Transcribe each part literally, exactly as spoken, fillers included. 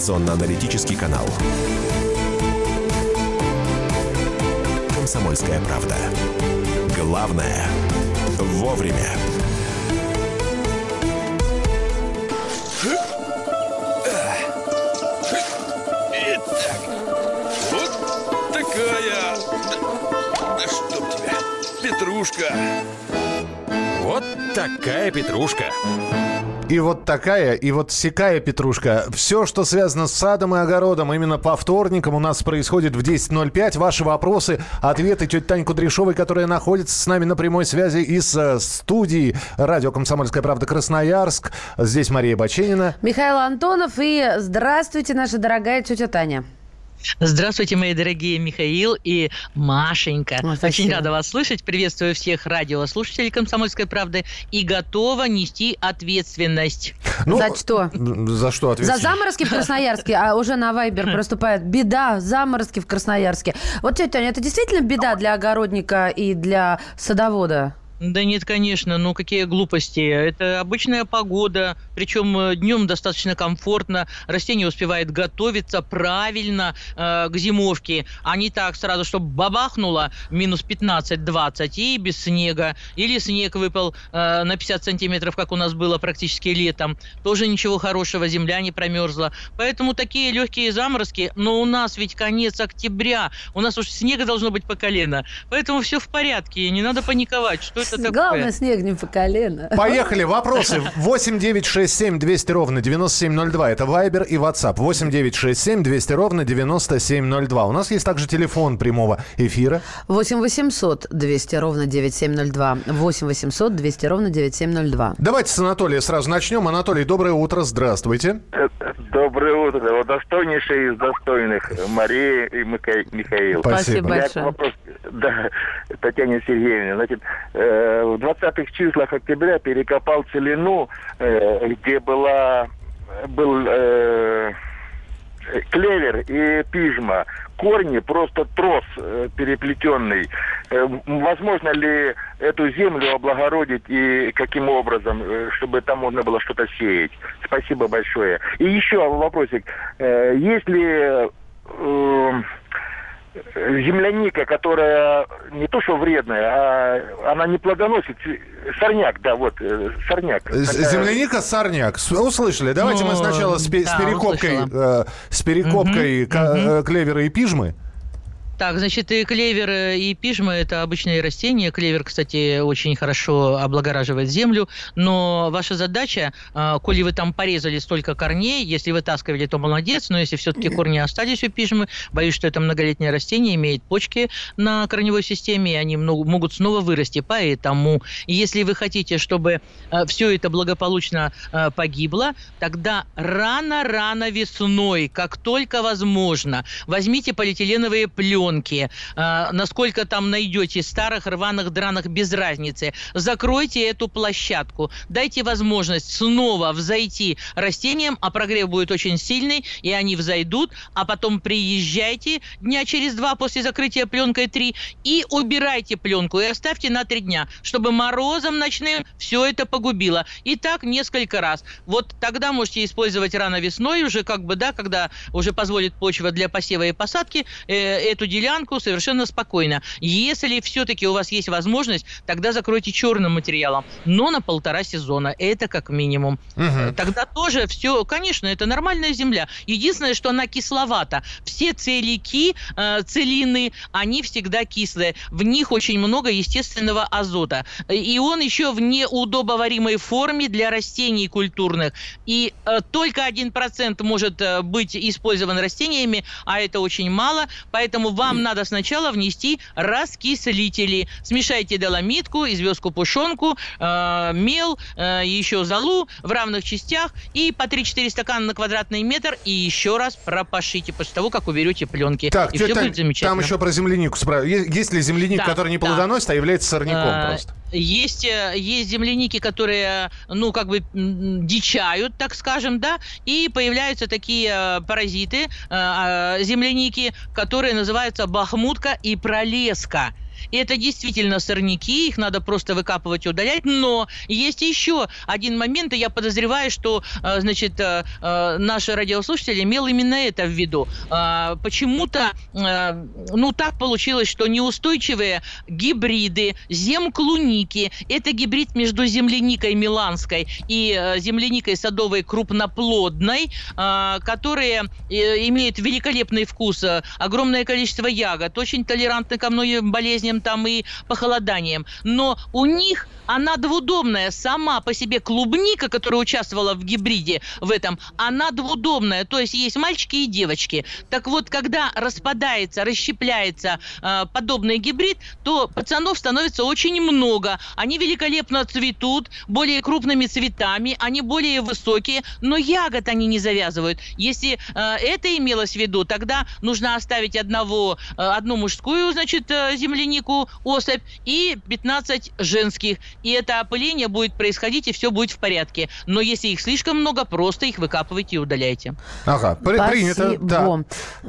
информационно-аналитический канал. «Комсомольская правда». Главное – вовремя. Итак, вот такая... Да, да чтоб тебя, петрушка. Вот такая петрушка. И вот такая, и вот сякая петрушка. Все, что связано с садом и огородом, именно по вторникам у нас происходит в десять ноль пять. Ваши вопросы, ответы тети Тани Кудряшовой, которая находится с нами на прямой связи из э, студии радио «Комсомольская правда» Красноярск. Здесь Мария Баченина. Михаил Антонов. И здравствуйте, наша дорогая тетя Таня. Здравствуйте, мои дорогие Михаил и Машенька. Ой, очень рада вас слышать. Приветствую всех радиослушателей «Комсомольской правды» и готова нести ответственность. Ну, за что? За что ответственность? За заморозки в Красноярске, а уже на Вайбер проступает беда, заморозки в Красноярске. Вот, тетя Таня, это действительно беда для огородника и для садовода? Да нет, конечно, ну какие глупости. Это обычная погода, причем днем достаточно комфортно, растение успевает готовиться правильно э, к зимовке, а не так сразу, чтобы бабахнуло минус пятнадцать-двадцать и без снега, или снег выпал э, на пятьдесят сантиметров, как у нас было практически летом, тоже ничего хорошего, земля не промерзла. Поэтому такие легкие заморозки, но у нас ведь конец октября, у нас уж снега должно быть по колено, поэтому все в порядке, не надо паниковать, что это такое? Главное, снег не по колено. Поехали, вопросы. восемь девять шесть семь двести ровно девяносто семь ноль два. Это Вайбер и WhatsApp. восемь девять шесть семь двести ровно девяносто семь ноль два. У нас есть также телефон прямого эфира. восемь восемьсот двести ровно девяносто семь ноль два. восемь восемьсот двести ровно девяносто семь ноль два. Давайте с Анатолия сразу начнем. Анатолий, доброе утро, здравствуйте. Доброе утро. Вот достойнейший из достойных Мария и Михаил. Спасибо У меня большое. вопрос, да, Татьяне Сергеевне. Значит, э, в двадцатых числах октября перекопал целину, э, где была, был э, клевер и пижма. Корни, просто трос э, переплетенный. Э, возможно ли эту землю облагородить и каким образом, э, чтобы там можно было что-то сеять? Спасибо большое. И еще вопросик. Э, есть ли э, земляника, которая не то что вредная, а она не плодоносит? Сорняк, да, вот, э, сорняк. Земляника, сорняк. С- Услышали? Давайте Ну, мы сначала с, пе- с да, перекопкой, э, с перекопкой Мгм, ка- мгм. э, клевера и пижмы. Так, значит, и клевер, и пижма – это обычные растения. Клевер, кстати, очень хорошо облагораживает землю. Но ваша задача, э, коли вы там порезали столько корней, если вытаскивали, то молодец. Но если все-таки корни остались у пижмы, боюсь, что это многолетнее растение, имеет почки на корневой системе, и они много, могут снова вырасти. Поэтому, если вы хотите, чтобы э, все это благополучно э, погибло, тогда рано-рано весной, как только возможно, возьмите полиэтиленовые пленки, э, насколько там найдете, старых, рваных, драных, без разницы. Закройте эту площадку. Дайте возможность снова взойти растениям, а прогрев будет очень сильный, и они взойдут, а потом приезжайте дня через два после закрытия пленкой три и убирайте пленку, и оставьте на три дня, чтобы морозом ночным все это погубило. И так несколько раз. Вот тогда можете использовать рано весной, уже как бы, да, когда уже позволит почва для посева и посадки, э, эту делянку совершенно спокойно. Если все-таки у вас есть возможность, тогда закройте черным материалом, но на полтора сезона. Это как минимум. Мгм. Тогда тоже все, конечно, это нормальная земля. Единственное, что она кисловата. Все целики, э, целины, они всегда кислые. В них очень много естественного азота. И он еще в неудобоваримой форме для растений культурных. И э, только один процент может э, быть использован растениями, а это очень мало. Поэтому вам надо сначала внести раскислители. Смешайте доломитку, известку-пушонку, э, мел, э, еще золу в равных частях и по три-четыре стакана на квадратный метр, и еще раз пропашите после того, как уберете пленки. Так, и тетя все Тань, будет замечательно. там еще про землянику спрашиваю. Есть, есть ли земляник, Да, который не да. плодоносит, а является сорняком А, просто? Есть, э, есть земляники, которые, ну, как бы м, дичают, так скажем, да, и появляются такие э, паразиты, э, э, земляники, которые называются бахмутка и пролеска. это действительно сорняки, их надо просто выкапывать и удалять. Но есть еще один момент, и я подозреваю, что, значит, наш радиослушатель имел именно это в виду. Почему-то, ну, так получилось, что неустойчивые гибриды земклуники, это гибрид между земляникой миланской и земляникой садовой крупноплодной, которые имеют великолепный вкус, огромное количество ягод, очень толерантны ко многим болезням там и похолоданиям. Но у них она двудомная. Сама по себе клубника, которая участвовала в гибриде в этом, она двудомная. То есть есть мальчики и девочки. Так вот, когда распадается, расщепляется э, подобный гибрид, то пацанов становится очень много. Они великолепно цветут, более крупными цветами, они более высокие, но ягод они не завязывают. Если э, это имелось в виду, тогда нужно оставить одного, э, одну мужскую, значит, э, землянику, особь, и пятнадцать женских. И это опыление будет происходить, и все будет в порядке. Но если их слишком много, просто их выкапывайте и удаляйте. Ага, при- принято. Да.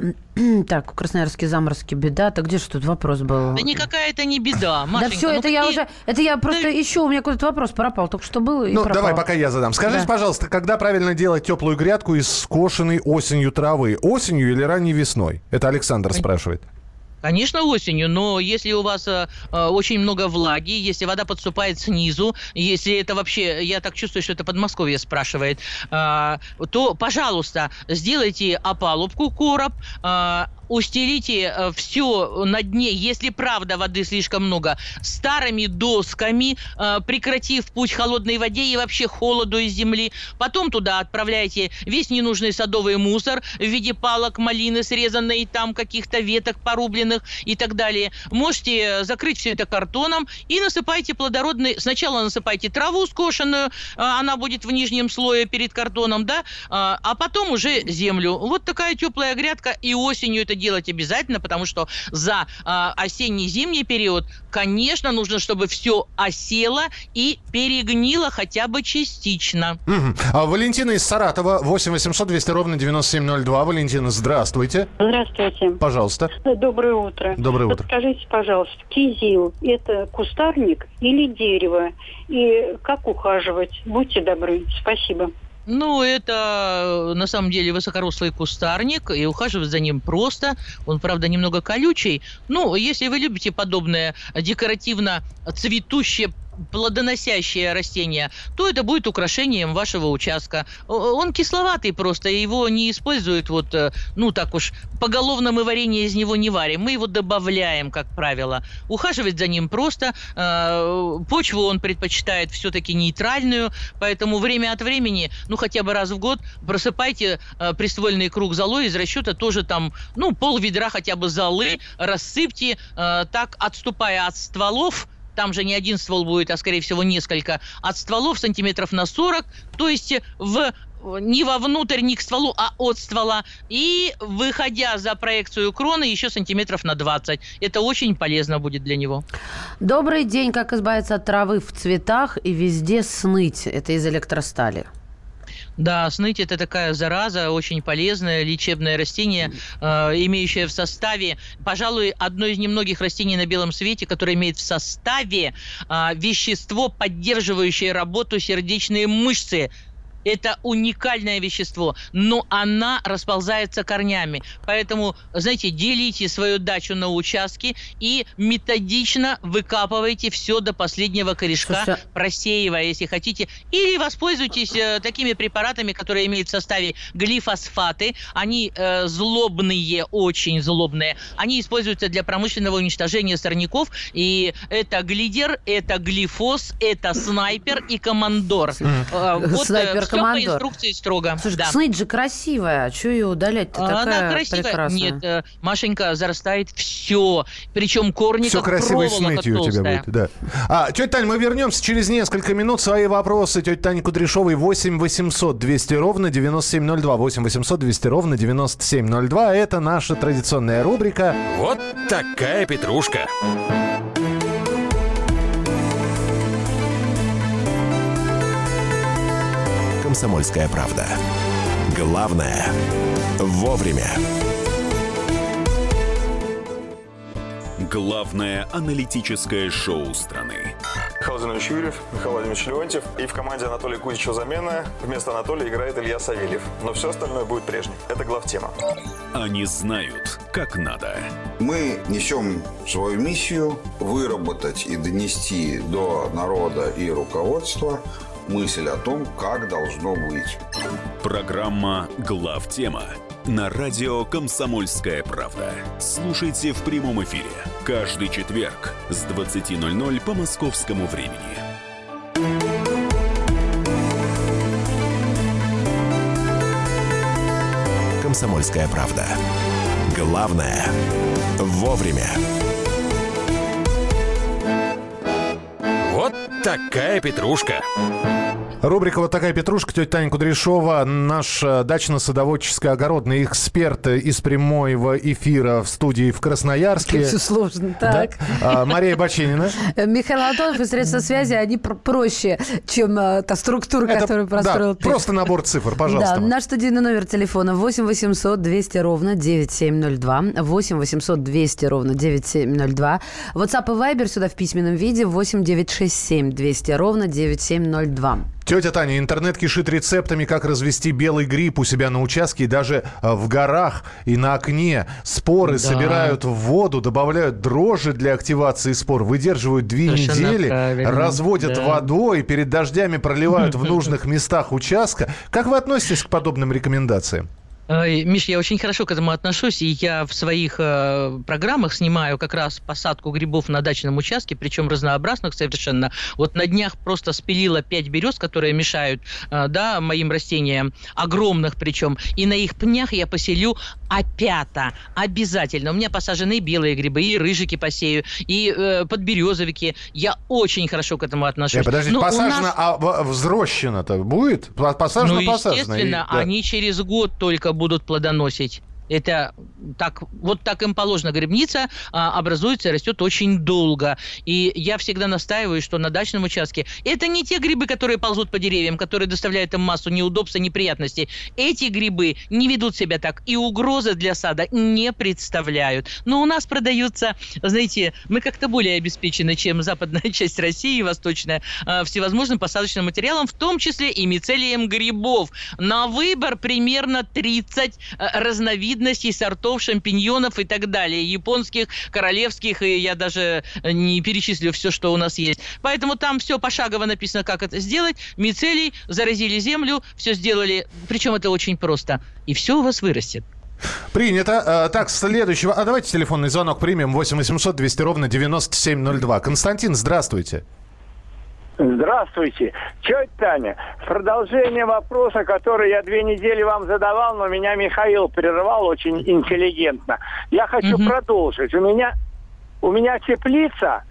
Так, у Красноярске заморозки беда. Так где же тут вопрос был? Да никакая это не беда, Машенька. Да все, ну это я какие... уже... Это я просто да... ищу, у меня какой-то вопрос пропал. Только что был и Ну, пропал. давай, пока я задам. Скажите, да. пожалуйста, когда правильно делать теплую грядку из скошенной осенью травы? Осенью или ранней весной? Это Александр спрашивает. Конечно, осенью, но если у вас э, очень много влаги, если вода подступает снизу, если это вообще, я так чувствую, что это Подмосковье спрашивает, э, то, пожалуйста, сделайте опалубку, короб, э, устелите э, все на дне, если правда воды слишком много, старыми досками, э, прекратив путь холодной воде и вообще холоду из земли. Потом туда отправляйте весь ненужный садовый мусор в виде палок малины, срезанной там каких-то веток порубленных и так далее. Можете закрыть все это картоном и насыпайте плодородный... Сначала насыпайте траву скошенную, она будет в нижнем слое перед картоном, да, а потом уже землю. Вот такая теплая грядка, и осенью это делать обязательно, потому что за осенне-зимний период, конечно, нужно, чтобы все осело и перегнило хотя бы частично. Угу. А Валентина из Саратова, восемь восемьсот двести ровно девяносто семь ноль два. Валентина, здравствуйте. Здравствуйте. Пожалуйста. Доброе утро. Доброе утро. Подскажите, пожалуйста, кизил – это кустарник или дерево? И как ухаживать? Будьте добры. Спасибо. Ну, это на самом деле высокорослый кустарник, и ухаживать за ним просто. Он, правда, немного колючий. Ну, если вы любите подобное декоративно цветущее, плодоносящее растение, то это будет украшением вашего участка. Он кисловатый просто, его не используют вот, ну так уж, поголовно мы варенье из него не варим, мы его добавляем, как правило. Ухаживать за ним просто. Почву он предпочитает все-таки нейтральную, поэтому время от времени, ну хотя бы раз в год, просыпайте приствольный круг золой из расчета тоже там, ну пол ведра хотя бы золы, рассыпьте, так отступая от стволов. Там же не один ствол будет, а, скорее всего, несколько. От стволов сантиметров на сорок, то есть в, не вовнутрь, не к стволу, а от ствола. И, выходя за проекцию кроны, еще сантиметров на двадцать. Это очень полезно будет для него. Добрый день. Как избавиться от травы в цветах и везде сныть? Это из электростали. Да, сныть – это такая зараза, очень полезное лечебное растение, э, имеющее в составе, пожалуй, одно из немногих растений на белом свете, которое имеет в составе э, вещество, поддерживающее работу сердечной мышцы. Это уникальное вещество, но она расползается корнями. Поэтому, знаете, делите свою дачу на участки и методично выкапывайте все до последнего корешка, Слушайте... просеивая, если хотите. Или воспользуйтесь э, такими препаратами, которые имеют в составе глифосфаты. Они э, злобные, очень злобные. Они используются для промышленного уничтожения сорняков. И это глидер, это глифос, это снайпер и командор. Э, вот, снайпер. Все по инструкции строго. Слушай, да. сныть же красивая. Что ее удалять-то? Она такая красивая. прекрасная. Нет, э, Машенька, зарастает все. Причем корни все как красиво проволока сныть у тебя будет. Да. А, тетя Тань, мы вернемся через несколько минут. Свои вопросы тетя Тане Кудряшовой восемь восемьсот двести ровно девяносто семь ноль два. восемь восемьсот двести ровно девяносто семь ноль два. Это наша традиционная рубрика. Вот такая петрушка. «Комсомольская правда». Главное – вовремя. Главное аналитическое шоу страны. Михаил Владимирович Юрьев, Михаил Владимирович Леонтьев. И в команде Анатолия Кузичева замена. Вместо Анатолия играет Илья Савельев. Но все остальное будет прежним. Это главтема. Они знают, как надо. Мы несем свою миссию выработать и донести до народа и руководства мысль о том, как должно быть. Программа «Главтема» на радио «Комсомольская правда». Слушайте в прямом эфире каждый четверг с двадцати ноль-ноль по московскому времени. «Комсомольская правда». Главное – вовремя. Вот такая петрушка. Рубрика «Вот такая петрушка». Тетя Таня Кудряшова, наш дачно-садоводческий огородный эксперт из прямого эфира в студии в Красноярске. Все сложно. Так. Да? А, Мария Баченина. Михаил Антонов и средства связи, они пр- проще, чем а, та структура, Это, которую простроил да, ты. просто набор цифр, пожалуйста. Да, наш студийный номер телефона восемь восемьсот двести ровно девяносто семь ноль два. восемь восемьсот двести ровно девяносто семь ноль два. WhatsApp и Viber сюда в письменном виде восемь девятьсот шестьдесят семь двести ровно девяносто семь ноль два. Тетя Таня, интернет кишит рецептами, как развести белый гриб у себя на участке, и даже в горах и на окне. Споры да. собирают в воду, добавляют дрожжи для активации спор, выдерживают две Совершенно недели, правильно. разводят да. водой, перед дождями проливают в нужных местах участка. Как вы относитесь к подобным рекомендациям? Миш, я очень хорошо к этому отношусь, и я в своих э, программах снимаю как раз посадку грибов на дачном участке, причем разнообразных совершенно. Вот на днях просто спилила пять берез, которые мешают э, да, моим растениям, огромных причем, и на их пнях я поселю опята обязательно. У меня посажены белые грибы, и рыжики посею, и э, подберезовики. Я очень хорошо к этому отношусь. Э, подождите, посажено, нас... а взрощено-то будет? Посажено, ну, посажено. естественно, и, да. они через год только будут плодоносить. Это так, вот так им положено. Грибница а, образуется и растет очень долго. И я всегда настаиваю, что на дачном участке это не те грибы, которые ползут по деревьям, которые доставляют им массу неудобств и неприятностей. Эти грибы не ведут себя так и угрозы для сада не представляют. Но у нас продаются, знаете, мы как-то более обеспечены, чем западная часть России, восточная, всевозможным посадочным материалом, в том числе и мицелием грибов. На выбор примерно тридцать разновидностей сортов шампиньонов и так далее, японских, королевских, и я даже не перечислю все, что у нас есть. Поэтому там все пошагово написано, как это сделать. Мицелий, заразили землю, все сделали, причем это очень просто. И все у вас вырастет. Принято. Так, следующего. А давайте телефонный звонок примем. восемь восемьсот двести ровно девяносто семь ноль два. Константин, здравствуйте. Здравствуйте. Тетя Таня, продолжение вопроса, который я две недели вам задавал, но меня Михаил прервал очень интеллигентно. Я хочу угу. продолжить. У меня, у меня теплица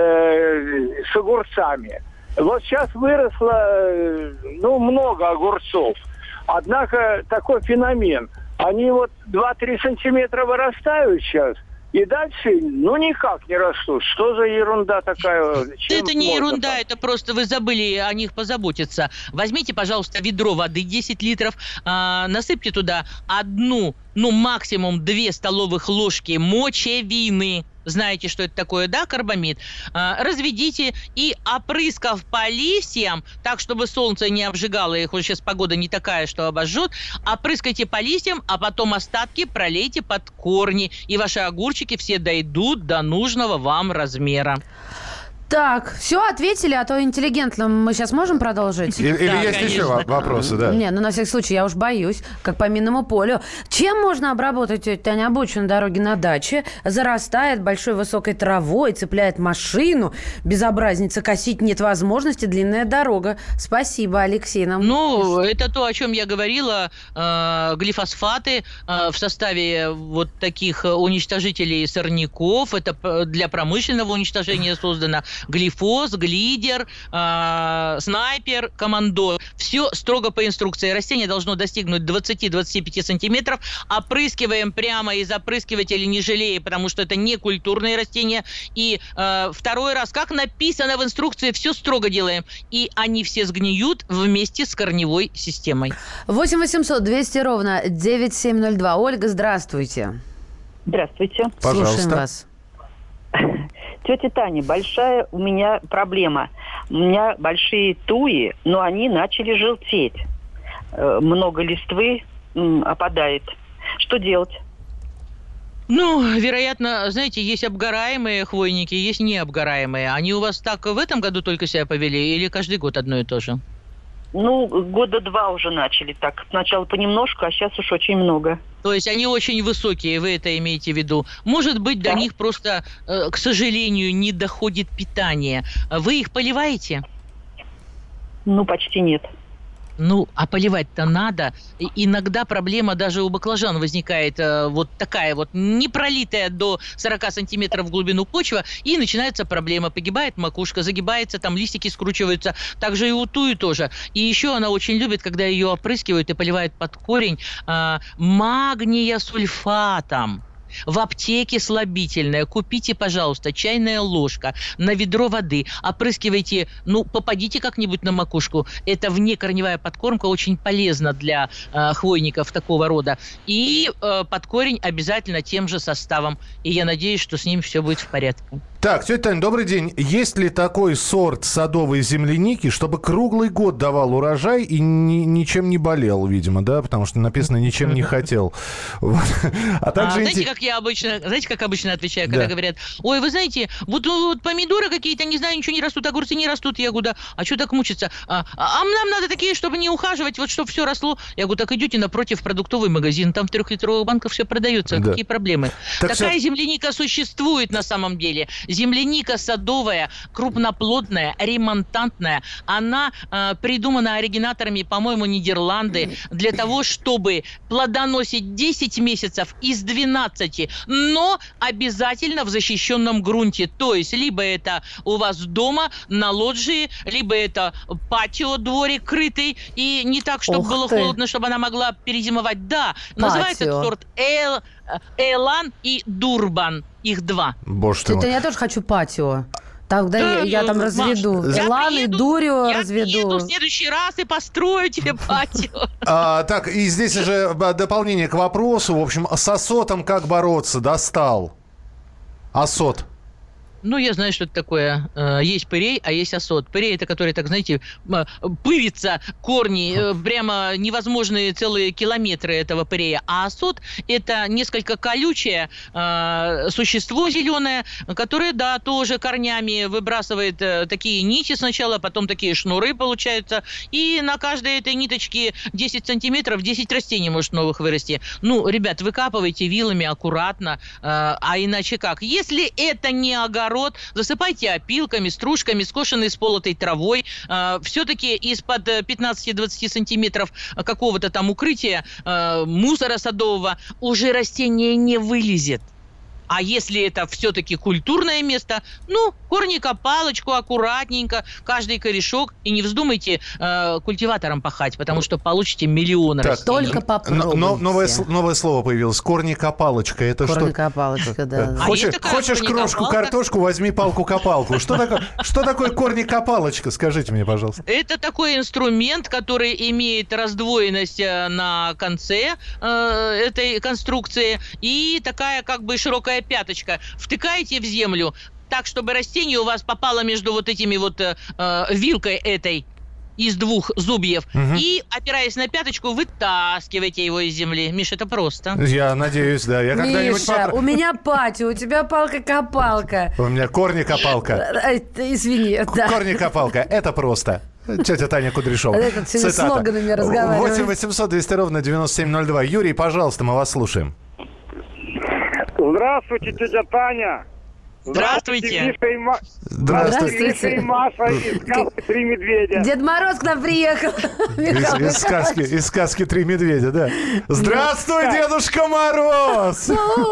э, с огурцами. Вот сейчас выросло, э, ну, много огурцов. Однако такой феномен. Они вот два-три сантиметра вырастают сейчас, и дальше, ну, никак не растут. Что за ерунда такая? Чем это не ерунда, там? Это просто вы забыли о них позаботиться. Возьмите, пожалуйста, ведро воды десять литров, а, насыпьте туда одну, ну, максимум две столовых ложки мочевины. Знаете, что это такое, да, карбамид? А, разведите и, опрыскав по листьям, так, чтобы солнце не обжигало их, вот сейчас погода не такая, что обожжет, опрыскайте по листьям, а потом остатки пролейте под корни, и ваши огурчики все дойдут до нужного вам размера. Так, все, ответили, а то интеллигентно мы сейчас можем продолжить? Или, или да, есть конечно. еще вопросы, да? Не, ну на всякий случай, я уж боюсь, как по минному полю. Чем можно обработать, тетя Таня, обочину дороги на даче? Зарастает большой высокой травой, цепляет машину, безобразница, косить нет возможности, длинная дорога. Спасибо, Алексей. Нам... Ну, это то, о чем я говорила. Э, глифосфаты э, в составе вот таких уничтожителей сорняков, это для промышленного уничтожения создано. Глифоз, глидер, э, снайпер, командор. Все строго по инструкции. Растение должно достигнуть двадцать-двадцать пять сантиметров. Опрыскиваем прямо из опрыскивателя, не жалея, потому что это не культурные растения. И э, второй раз, как написано в инструкции, все строго делаем. И они все сгниют вместе с корневой системой. восемь восемьсот двести ровно девяносто семь ноль два. Ольга, здравствуйте. Здравствуйте. Пожалуйста. Слушаем вас. Тетя Таня, большая у меня проблема. У меня большие туи, но они начали желтеть. Э, много листвы м, опадает. Что делать? Ну, вероятно, знаете, есть обгораемые хвойники, есть необгораемые. Они у вас так в этом году только себя повели или каждый год одно и то же? Ну, года два уже начали так. Сначала понемножку, а сейчас уж очень много. То есть они очень высокие, вы это имеете в виду. Может быть, до них просто, э, к сожалению, не доходит питание. Вы их поливаете? Ну, почти нет. Ну, а поливать-то надо. И иногда проблема даже у баклажан возникает э, вот такая вот, не пролитая до сорок сантиметров в глубину почва, и начинается проблема. Погибает макушка, загибается, там листики скручиваются. Также и у туи тоже. И еще она очень любит, когда ее опрыскивают и поливают под корень э, магния сульфатом. В аптеке слабительное. Купите, пожалуйста, чайная ложка на ведро воды. Опрыскивайте, ну, попадите как-нибудь на макушку. Это внекорневая подкормка, очень полезна для э, хвойников такого рода. И э, под корень обязательно тем же составом. И я надеюсь, что с ним все будет в порядке. Так, тетя Тань, добрый день. Есть ли такой сорт садовой земляники, чтобы круглый год давал урожай и ни, ничем не болел, видимо, да? Потому что написано «ничем не хотел». А также... Знаете, как я обычно, знаете, как обычно отвечаю, когда говорят: ой, вы знаете, вот, вот помидоры какие-то, не знаю, ничего не растут, огурцы не растут. Я говорю: да, а что так мучиться? А, а нам надо такие, чтобы не ухаживать, вот чтобы все росло. Я говорю: так идете напротив продуктовый магазин, там в трехлитровых банках все продается. Да. Какие проблемы? Так Такая все... земляника существует на самом деле. Земляника садовая, крупноплодная, ремонтантная. Она э, придумана оригинаторами, по-моему, Нидерланды, для того, чтобы плодоносить десять месяцев из двенадцати, но обязательно в защищенном грунте. То есть, либо это у вас дома, на лоджии, либо это патио, дворик крытый, и не так, чтобы Ух было ты. холодно, чтобы она могла перезимовать. Да, патио. Называется этот сорт Эл... Элан и Дурбан. Их два. Боже ты мой. Я тоже хочу патио. Тогда да, я, я там разведу. Элан и Дурио я разведу. Я приеду в следующий раз и построю тебе патио. А, так, и здесь же дополнение к вопросу. В общем, с осотом как бороться? Достал. Осот. Ну, я знаю, что это такое. Есть пырей, а есть осот. Пырей – это который, так знаете, пырится корни, прямо невозможные целые километры этого пырея. А осот – это несколько колючее э, существо зеленое, которое, да, тоже корнями выбрасывает такие нити сначала, потом такие шнуры получаются. И на каждой этой ниточке десять сантиметров, десять растений может новых вырасти. Ну, ребят, выкапывайте вилами аккуратно, э, а иначе как? Если это не огород, засыпайте опилками, стружками, скошенной сполотой травой. Э, все-таки из-под пятнадцати-двадцати сантиметров какого-то там укрытия, э, мусора садового уже растение не вылезет. А если это все-таки культурное место, ну, корникопалочку аккуратненько, каждый корешок. И не вздумайте э, культиватором пахать, потому что получите миллион так, растений. Только попробуйте. Но, новое, новое слово появилось. Корникопалочка. Это корникопалочка, что? да. А хочешь хочешь крошку картошку, возьми палку-копалку. Что такое, что такое корникопалочка? Скажите мне, пожалуйста. Это такой инструмент, который имеет раздвоенность на конце э, этой конструкции и такая как бы широкая пяточка. Втыкаете в землю так, чтобы растение у вас попало между вот этими вот э, вилкой этой из двух зубьев. Угу. И, опираясь на пяточку, вытаскиваете его из земли. Миш, это просто. Я надеюсь, да. Я Миша, попро... у меня патио, у тебя палка-копалка. У меня корни-копалка. Извини, да. Корни-копалка. Это просто. Тетя Таня Кудряшова. Этот с слоганами разговаривает. восемь восемьсот двести ровно девяносто семь ноль два. Юрий, пожалуйста, мы вас слушаем. Здравствуйте, тетя Таня. Здравствуйте. Миша и Ма... Здравствуйте. Миша и Маша из сказки «Три медведя». Дед Мороз к нам приехал. Из, из, сказки, из сказки «Три медведя», да. Здравствуй, Дедушка Мороз!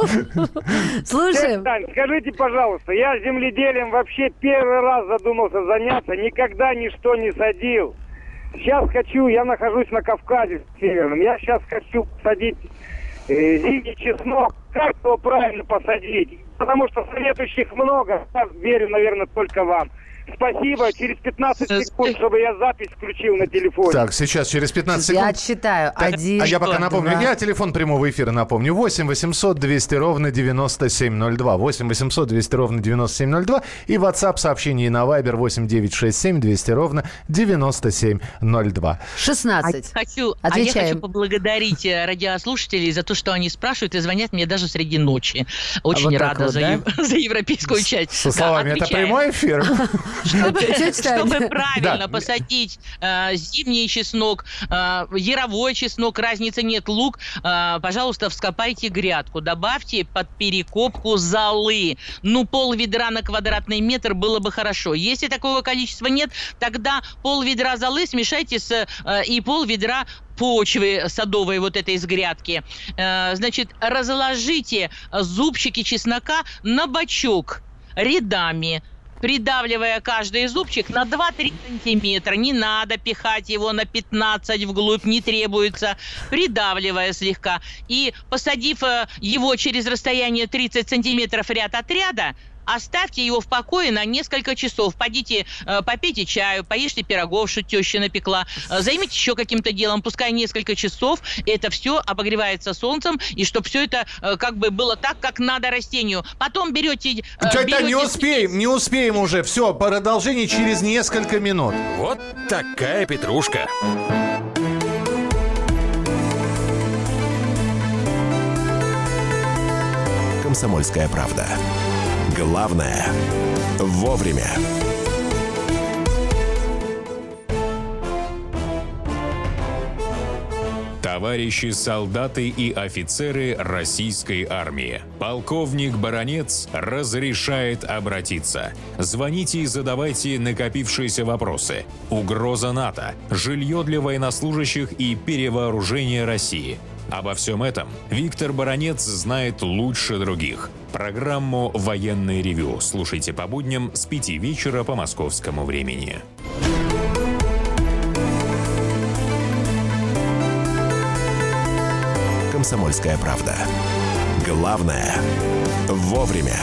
Слушай. Тань, скажите, пожалуйста, я земледелием вообще первый раз задумался заняться, никогда ничто не садил. Сейчас хочу, я нахожусь на Кавказе северном, я сейчас хочу посадить э, зимний чеснок. Как его правильно посадить? Потому что советующих много, я верю, наверное, только вам. Спасибо. Через пятнадцать секунд, чтобы я запись включил на телефоне. Так, сейчас через пятнадцать секунд. Я отсчитаю. Так, Один, а я пока напомню. два. Я телефон прямого эфира напомню. восемь восемьсот двести ровно девяносто семь ноль два. восемь восемьсот двести ровно девяносто семь ноль два. И WhatsApp сообщение на Viber восемь девятьсот шестьдесят семь двести ровно девяносто семь ноль два. шестнадцать. А, хочу, а я Отвечаем. хочу поблагодарить э, радиослушателей за то, что они спрашивают и звонят мне даже среди ночи. Очень вот рада вот, за, да? ев- за европейскую часть. Со словами, Да, это отвечаем. прямой эфир? Чтобы, Тетя Таня. чтобы правильно Да. посадить э, зимний чеснок, э, яровой чеснок, разницы нет, лук, э, пожалуйста, вскопайте грядку, добавьте под перекопку золы. Ну, пол ведра на квадратный метр было бы хорошо. Если такого количества нет, тогда пол ведра золы смешайте с э, и пол ведра почвы садовой вот этой из грядки. Э, значит, разложите зубчики чеснока на бачок рядами, придавливая каждый зубчик на два-три сантиметра. Не надо пихать его на пятнадцать вглубь, не требуется. Придавливая слегка. И посадив э, его через расстояние тридцать сантиметров ряд от ряда, оставьте его в покое на несколько часов. Пойдите, э, попейте чаю, поешьте пирогов, что теща напекла. Э, займитесь еще каким-то делом, пускай несколько часов. Это все обогревается солнцем, и чтобы все это э, как бы было так, как надо растению. Потом берете... Э, Тетя берете... Тань, не успеем, не успеем уже. Все, продолжение через несколько минут. Вот такая петрушка. «Комсомольская правда». Главное – вовремя. Товарищи солдаты и офицеры российской армии. Полковник Баранец разрешает обратиться. Звоните и задавайте накопившиеся вопросы. Угроза НАТО, жилье для военнослужащих и перевооружение России. Обо всем этом Виктор Баранец знает лучше других. Программу «Военное ревю» слушайте по будням с пяти вечера по московскому времени. «Комсомольская правда». Главное – вовремя.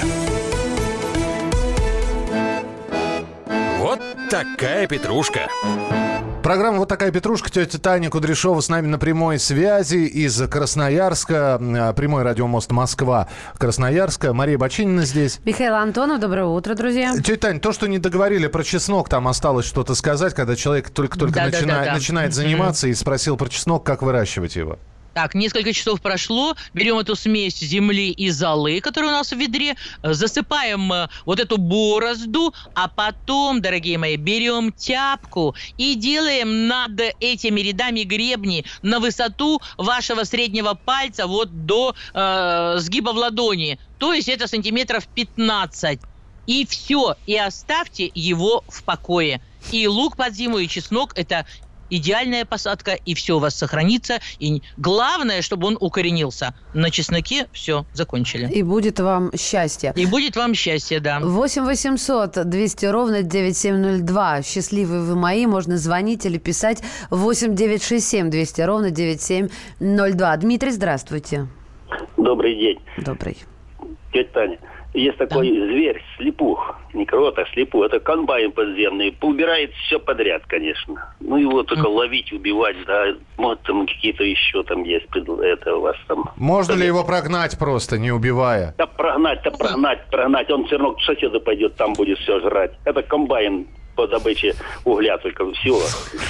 Вот такая петрушка. Программа «Вот такая петрушка». Тетя Таня Кудряшова с нами на прямой связи из Красноярска. Прямой радиомост Москва. Красноярска. Мария Бачинина здесь. Михаил Антонов, доброе утро, друзья. Тетя Тань, то, что не договорили про чеснок, там осталось что-то сказать, когда человек только-только Да, да, начинает, да, да. начинает заниматься и спросил про чеснок, как выращивать его. Так, несколько часов прошло, берем эту смесь земли и золы, которая у нас в ведре, засыпаем э, вот эту борозду, а потом, дорогие мои, берем тяпку и делаем над этими рядами гребни на высоту вашего среднего пальца вот до э, сгиба в ладони. То есть это сантиметров пятнадцать. И все, и оставьте его в покое. И лук под зиму, и чеснок – это идеальная посадка, и все у вас сохранится. И главное, чтобы он укоренился. На чесноке все, закончили. И будет вам счастье. И будет вам счастье, да. восемь восемьсот двести ровно девяносто семь ноль два. Счастливые вы мои. Можно звонить или писать восемь девятьсот шестьдесят семь двести ровно девяносто семь ноль два. Дмитрий, здравствуйте. Добрый день. Добрый. Тетя Таня, есть такой да. зверь, слепух, не крот, а слепух, это комбайн подземный, поубирает все подряд, конечно. Ну, его только mm. ловить, убивать, да, может, там какие-то еще там есть, это у вас там... Можно ли его прогнать просто, не убивая? Да прогнать, да прогнать, прогнать, он все равно к соседу пойдет, там будет все жрать. Это комбайн по добыче угля только всего.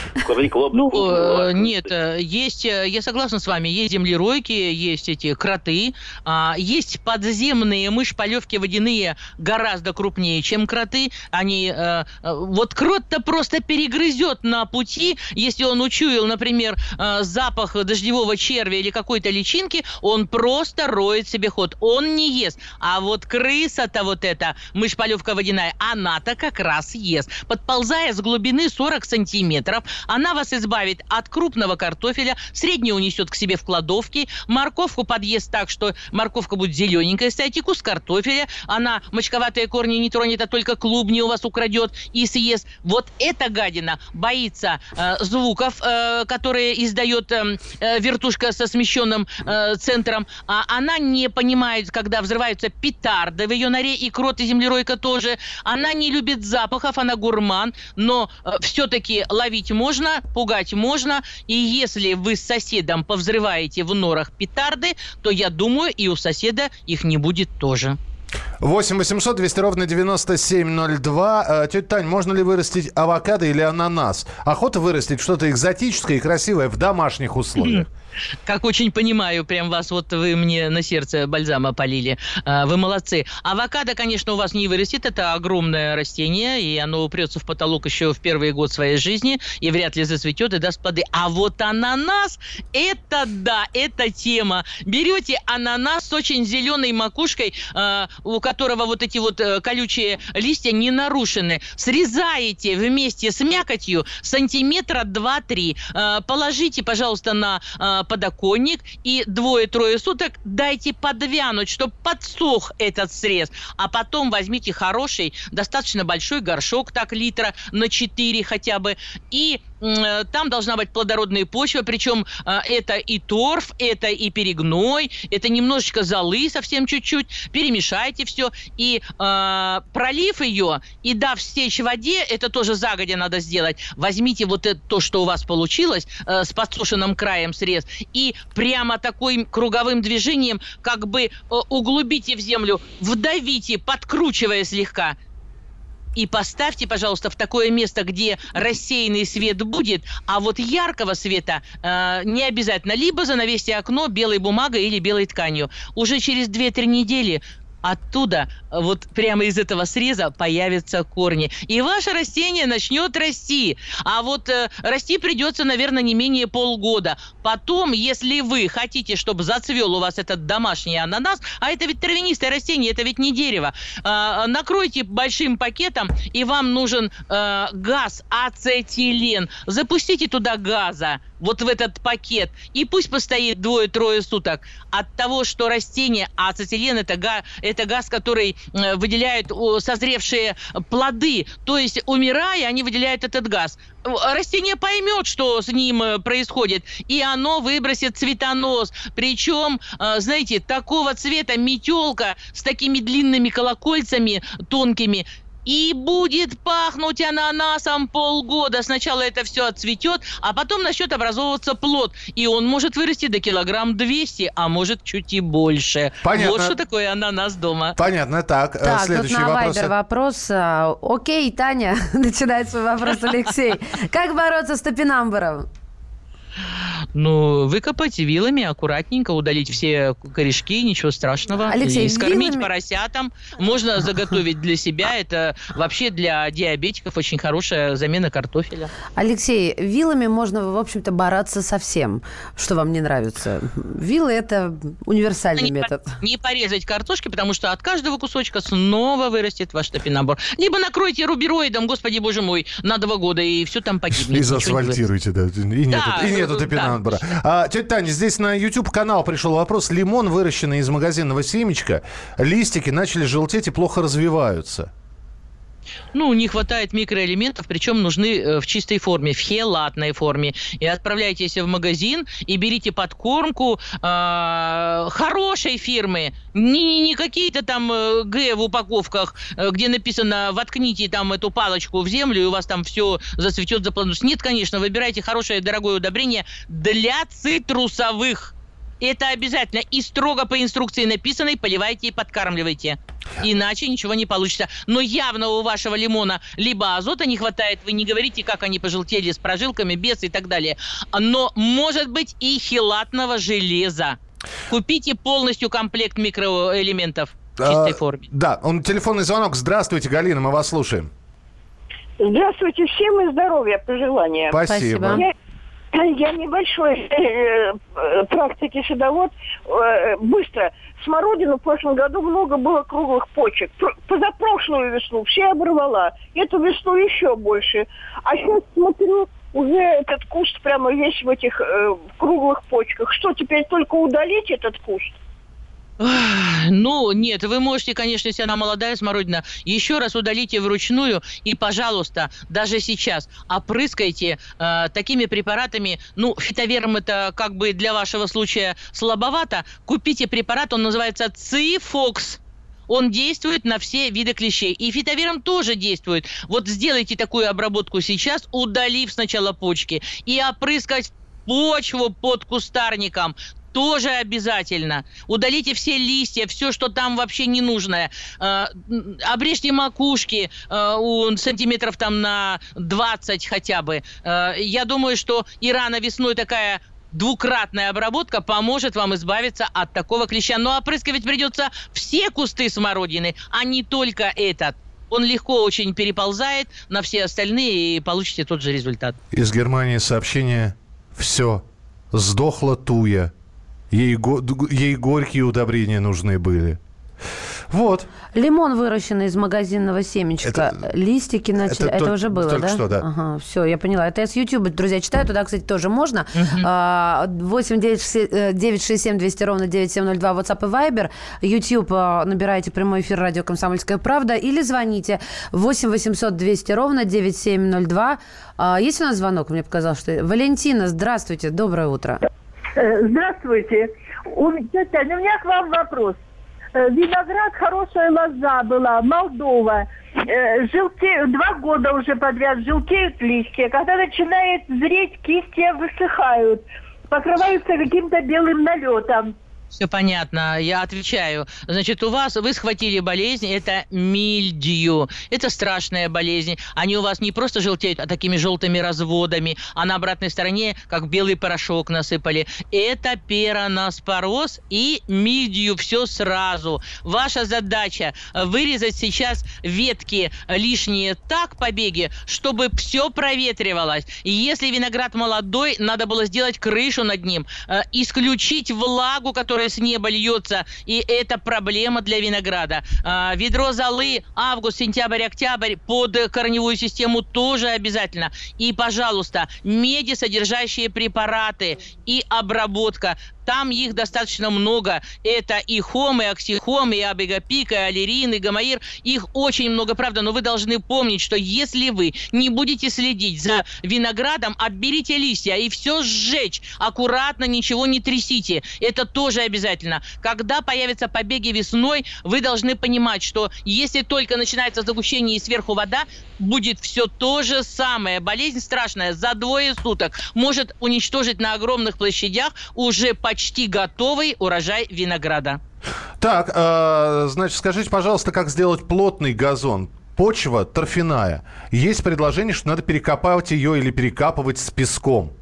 Ну, э, нет, есть, я согласна с вами, есть землеройки, есть эти кроты, а, есть подземные мышь-полевки водяные гораздо крупнее, чем кроты. Они, э, вот крот-то просто перегрызет на пути, если он учуял, например, э, запах дождевого червя или какой-то личинки, он просто роет себе ход, он не ест. А вот крыса-то вот эта, мышь-полевка водяная, она-то как раз ест. подползая с глубины сорок сантиметров, она вас избавит от крупного картофеля, среднюю унесет к себе в кладовке, морковку подъест так, что морковка будет зелененькая стоять, и кус картофеля, она мочковатые корни не тронет, а только клубни у вас украдет и съест. Вот эта гадина боится э, звуков, э, которые издает э, э, вертушка со смещенным э, центром, а она не понимает, когда взрываются петарды в ее норе, и крот, и землеройка тоже. Она не любит запахов, она гурман, но э, все-таки ловить можно, пугать можно, и если вы с соседом повзрываете в норах петарды, то, я думаю, и у соседа их не будет тоже. восемь восемьсот двести ровно девяносто семь ноль два. Тетя Тань, можно ли вырастить авокадо или ананас? Охота вырастить что-то экзотическое и красивое в домашних условиях. Как очень понимаю, прям вас, вот вы мне на сердце бальзама полили. Вы молодцы. Авокадо, конечно, у вас не вырастет. Это огромное растение, и оно упрется в потолок еще в первый год своей жизни, и вряд ли зацветет и даст плоды. А вот ананас, это да, это тема. Берете ананас с очень зеленой макушкой, у которого вот эти вот колючие листья не нарушены. Срезаете вместе с мякотью сантиметра два-три. Положите, пожалуйста, на подоконник и двое-трое суток дайте подвянуть, чтобы подсох этот срез. А потом возьмите хороший, достаточно большой горшок, так литра на четыре хотя бы, и э, там должна быть плодородная почва, причем э, это и торф, это и перегной, это немножечко золы, совсем чуть-чуть. Перемешайте все и э, пролив ее и дав стечь в воде, это тоже загодя надо сделать, возьмите вот это, то, что у вас получилось, э, с подсушенным краем срез, и прямо таким круговым движением как бы э, углубите в землю, вдавите, подкручивая слегка. И поставьте, пожалуйста, в такое место, где рассеянный свет будет, а вот яркого света э, не обязательно. Либо занавесьте окно белой бумагой или белой тканью. Уже через две-три недели оттуда, вот прямо из этого среза, появятся корни. И ваше растение начнет расти. А вот э, расти придется, наверное, не менее полгода. Потом, если вы хотите, чтобы зацвел у вас этот домашний ананас, а это ведь травянистое растение, это ведь не дерево, э, накройте большим пакетом, и вам нужен э, газ, ацетилен. Запустите туда газа, вот в этот пакет, и пусть постоит двое-трое суток. От того, что растение, а ацетилен это, га, это газ, который э, выделяют о, созревшие плоды, то есть, умирая, они выделяют этот газ. Растение поймет, что с ним э, происходит, и оно выбросит цветонос. Причем, э, знаете, такого цвета метелка с такими длинными колокольцами тонкими, и будет пахнуть ананасом полгода. Сначала это все отцветет, а потом начнет образовываться плод. И он может вырасти до килограмм двести, а может чуть и больше. Понятно. Вот что такое ананас дома. Понятно. Так, так следующий тут на вопрос. Вайбер вопрос. Окей, Таня, начинает свой вопрос Алексей. Как бороться с топинамбуром? Ну, выкопать вилами, аккуратненько удалить все корешки, ничего страшного. Алексей, и скормить вилами... поросятам. Можно заготовить для себя. Это вообще для диабетиков очень хорошая замена картофеля. Алексей, вилами можно, в общем-то, бороться со всем, что вам не нравится. Вилы – это универсальный не метод. По- не порезать картошки, потому что от каждого кусочка снова вырастет ваш топинамбур. Либо накройте рубероидом, господи боже мой, на два года, и все там погибнет. И заасфальтируйте, да. И нету, Да, и нету топинамбура. да. А, тетя Таня, здесь на YouTube-канал пришел вопрос. Лимон, выращенный из магазинного семечка, листики начали желтеть и плохо развиваются. Ну, не хватает микроэлементов, причем нужны в чистой форме, в хелатной форме. И отправляйтесь в магазин и берите подкормку э, хорошей фирмы. Не, не какие-то там э, Г в упаковках, э, где написано «воткните там эту палочку в землю, и у вас там все зацветет, заплодоносит». Нет, конечно, выбирайте хорошее дорогое удобрение для цитрусовых. Это обязательно. И строго по инструкции написанной поливайте и подкармливайте. Иначе ничего не получится. Но явно у вашего лимона либо азота не хватает, вы не говорите, как они пожелтели с прожилками, без и так далее. Но может быть и хелатного железа. Купите полностью комплект микроэлементов в чистой а, форме. Да, он телефонный звонок. Здравствуйте, Галина, мы вас слушаем. Здравствуйте, всем и здоровья, пожелания. Спасибо. Я, Я небольшой э, э, практики садовод. Э, быстро. Смородину в прошлом году много было круглых почек. Пр- позапрошлую весну все оборвала. Эту весну еще больше. А сейчас смотрю, уже этот куст прямо весь в этих э, круглых почках. Что, теперь только удалить этот куст? Ну, нет, вы можете, конечно, если она молодая смородина, еще раз удалите вручную и, пожалуйста, даже сейчас опрыскайте э, такими препаратами. Ну, фитоверм это как бы для вашего случая слабовато. Купите препарат, он называется Цифокс. Он действует на все виды клещей. И фитоверм тоже действует. Вот сделайте такую обработку сейчас, удалив сначала почки, и опрыскать почву под кустарником. Тоже обязательно. Удалите все листья, все, что там вообще ненужное. Э, обрежьте макушки э, у, сантиметров там на двадцать хотя бы. Э, я думаю, что и рано весной такая двукратная обработка поможет вам избавиться от такого клеща. Но опрыскивать придется все кусты смородины, а не только этот. Он легко очень переползает на все остальные, и получите тот же результат. Из Германии сообщение: все, сдохла туя. Ей, го- ей горькие удобрения нужны были. Вот. Лимон, выращенный из магазинного семечка. Это, Листики начали... Это, это то, уже было, только да? что, да. Ага, все, я поняла. Это я с YouTube, друзья, читаю. Туда, кстати, тоже можно. восемь девятьсот шестьдесят семь двести ровно девять семь ноль два WhatsApp и Viber. YouTube набираете прямой эфир радио «Комсомольская правда» или звоните восемь восемьсот двести ровно девять семь ноль два. Есть у нас звонок? Мне показалось, что... Валентина, здравствуйте, доброе утро. Здравствуйте. У, тетя, у меня к вам вопрос. Виноград, хорошая лоза была, Молдова. Желте... Два года уже подряд желтеют листья. Когда начинает зреть, кисти высыхают, покрываются каким-то белым налетом. Все понятно, я отвечаю. Значит, у вас, вы схватили болезнь, это мильдию. Это страшная болезнь. Они у вас не просто желтеют, а такими желтыми разводами, а на обратной стороне, как белый порошок насыпали. Это пероноспороз и мильдию, все сразу. Ваша задача вырезать сейчас ветки лишние так, побеги, чтобы все проветривалось. И если виноград молодой, надо было сделать крышу над ним, исключить влагу, которая с неба льется, и это проблема для винограда. А, ведро золы, август, сентябрь, октябрь под корневую систему тоже обязательно. И, пожалуйста, медисодержащие препараты и обработка. Там их достаточно много. Это и хом, и оксихом, и абигапик, и аллерин, и гомоир. Их очень много, правда. Но вы должны помнить, что если вы не будете следить за виноградом, отберите листья и все сжечь. Аккуратно, ничего не трясите. Это тоже обязательно. Когда появятся побеги весной, вы должны понимать, что если только начинается загущение и сверху вода, будет все то же самое. Болезнь страшная. За двое суток может уничтожить на огромных площадях уже почти почти готовый урожай винограда. Так, э, значит, скажите, пожалуйста, как сделать плотный газон? Почва торфяная. Есть предложение, что надо перекопать ее или перекапывать с песком.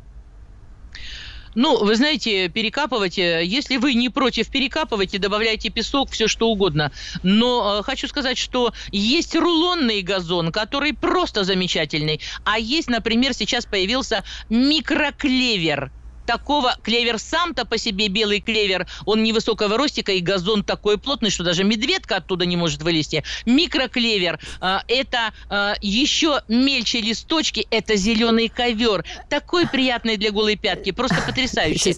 Ну, вы знаете, перекапывать, если вы не против, перекапывайте, добавляйте песок, все что угодно. Но э, хочу сказать, что есть рулонный газон, который просто замечательный. А есть, например, сейчас появился микроклевер. Такого клевер сам-то по себе, белый клевер, он невысокого ростика, и газон такой плотный, что даже медведка оттуда не может вылезти. Микроклевер э, – это э, еще мельче листочки, это зеленый ковер. Такой приятный для голой пятки, просто потрясающий.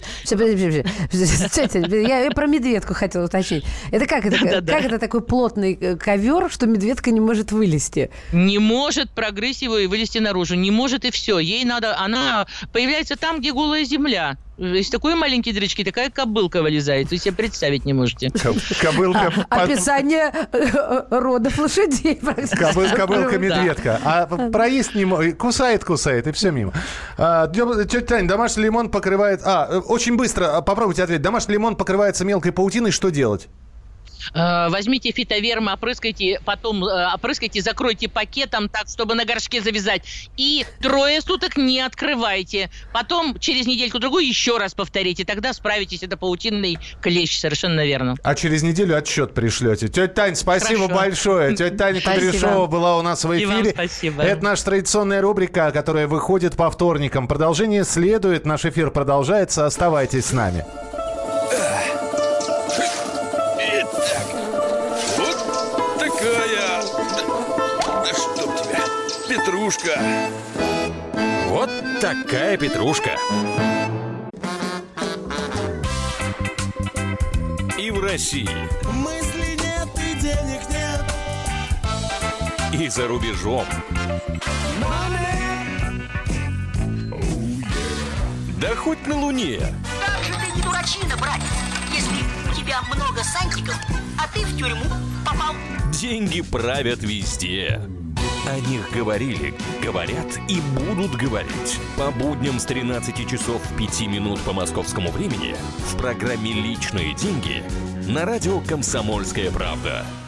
Я про медведку хотела уточнить. Это как это? Как это такой плотный ковер, что медведка не может вылезти? Не может прогрызть его и вылезти наружу. Не может, и все. Ей надо, она появляется там, где голая земля. Из такой маленькой дырочки такая кобылка вылезает. Вы себе представить не можете. Кобылка... Описание родов лошадей. Кобылка-медведка. А проесть не может. Кусает-кусает, и все мимо. Тетя Таня, домашний лимон покрывает... А, очень быстро попробуйте ответить. Домашний лимон покрывается мелкой паутиной. Что делать? Э, возьмите фитоверм, опрыскайте, потом э, опрыскайте, закройте пакетом так, чтобы на горшке завязать. И трое суток не открывайте. Потом через недельку-другую еще раз повторите. Тогда справитесь. Это паутинный клещ, совершенно верно. А через неделю отчет пришлете. Тетя Тань, спасибо Хорошо. большое. Тетя Таня Кудряшова была у нас в И вам эфире. спасибо. Это наша традиционная рубрика, которая выходит по вторникам. Продолжение следует. Наш эфир продолжается. Оставайтесь с нами. Итак, вот такая... Да, да чтоб тебя, петрушка. Вот такая петрушка. И в России, Мысли нет и денег нет. и за рубежом. Да хоть на Луне. Как же ты не дурачина, братец, если у тебя много сантиков, а ты в тюрьму попал. Деньги правят везде. О них говорили, говорят и будут говорить. По будням с тринадцати часов пяти минут по московскому времени в программе «Личные деньги» на радио «Комсомольская правда».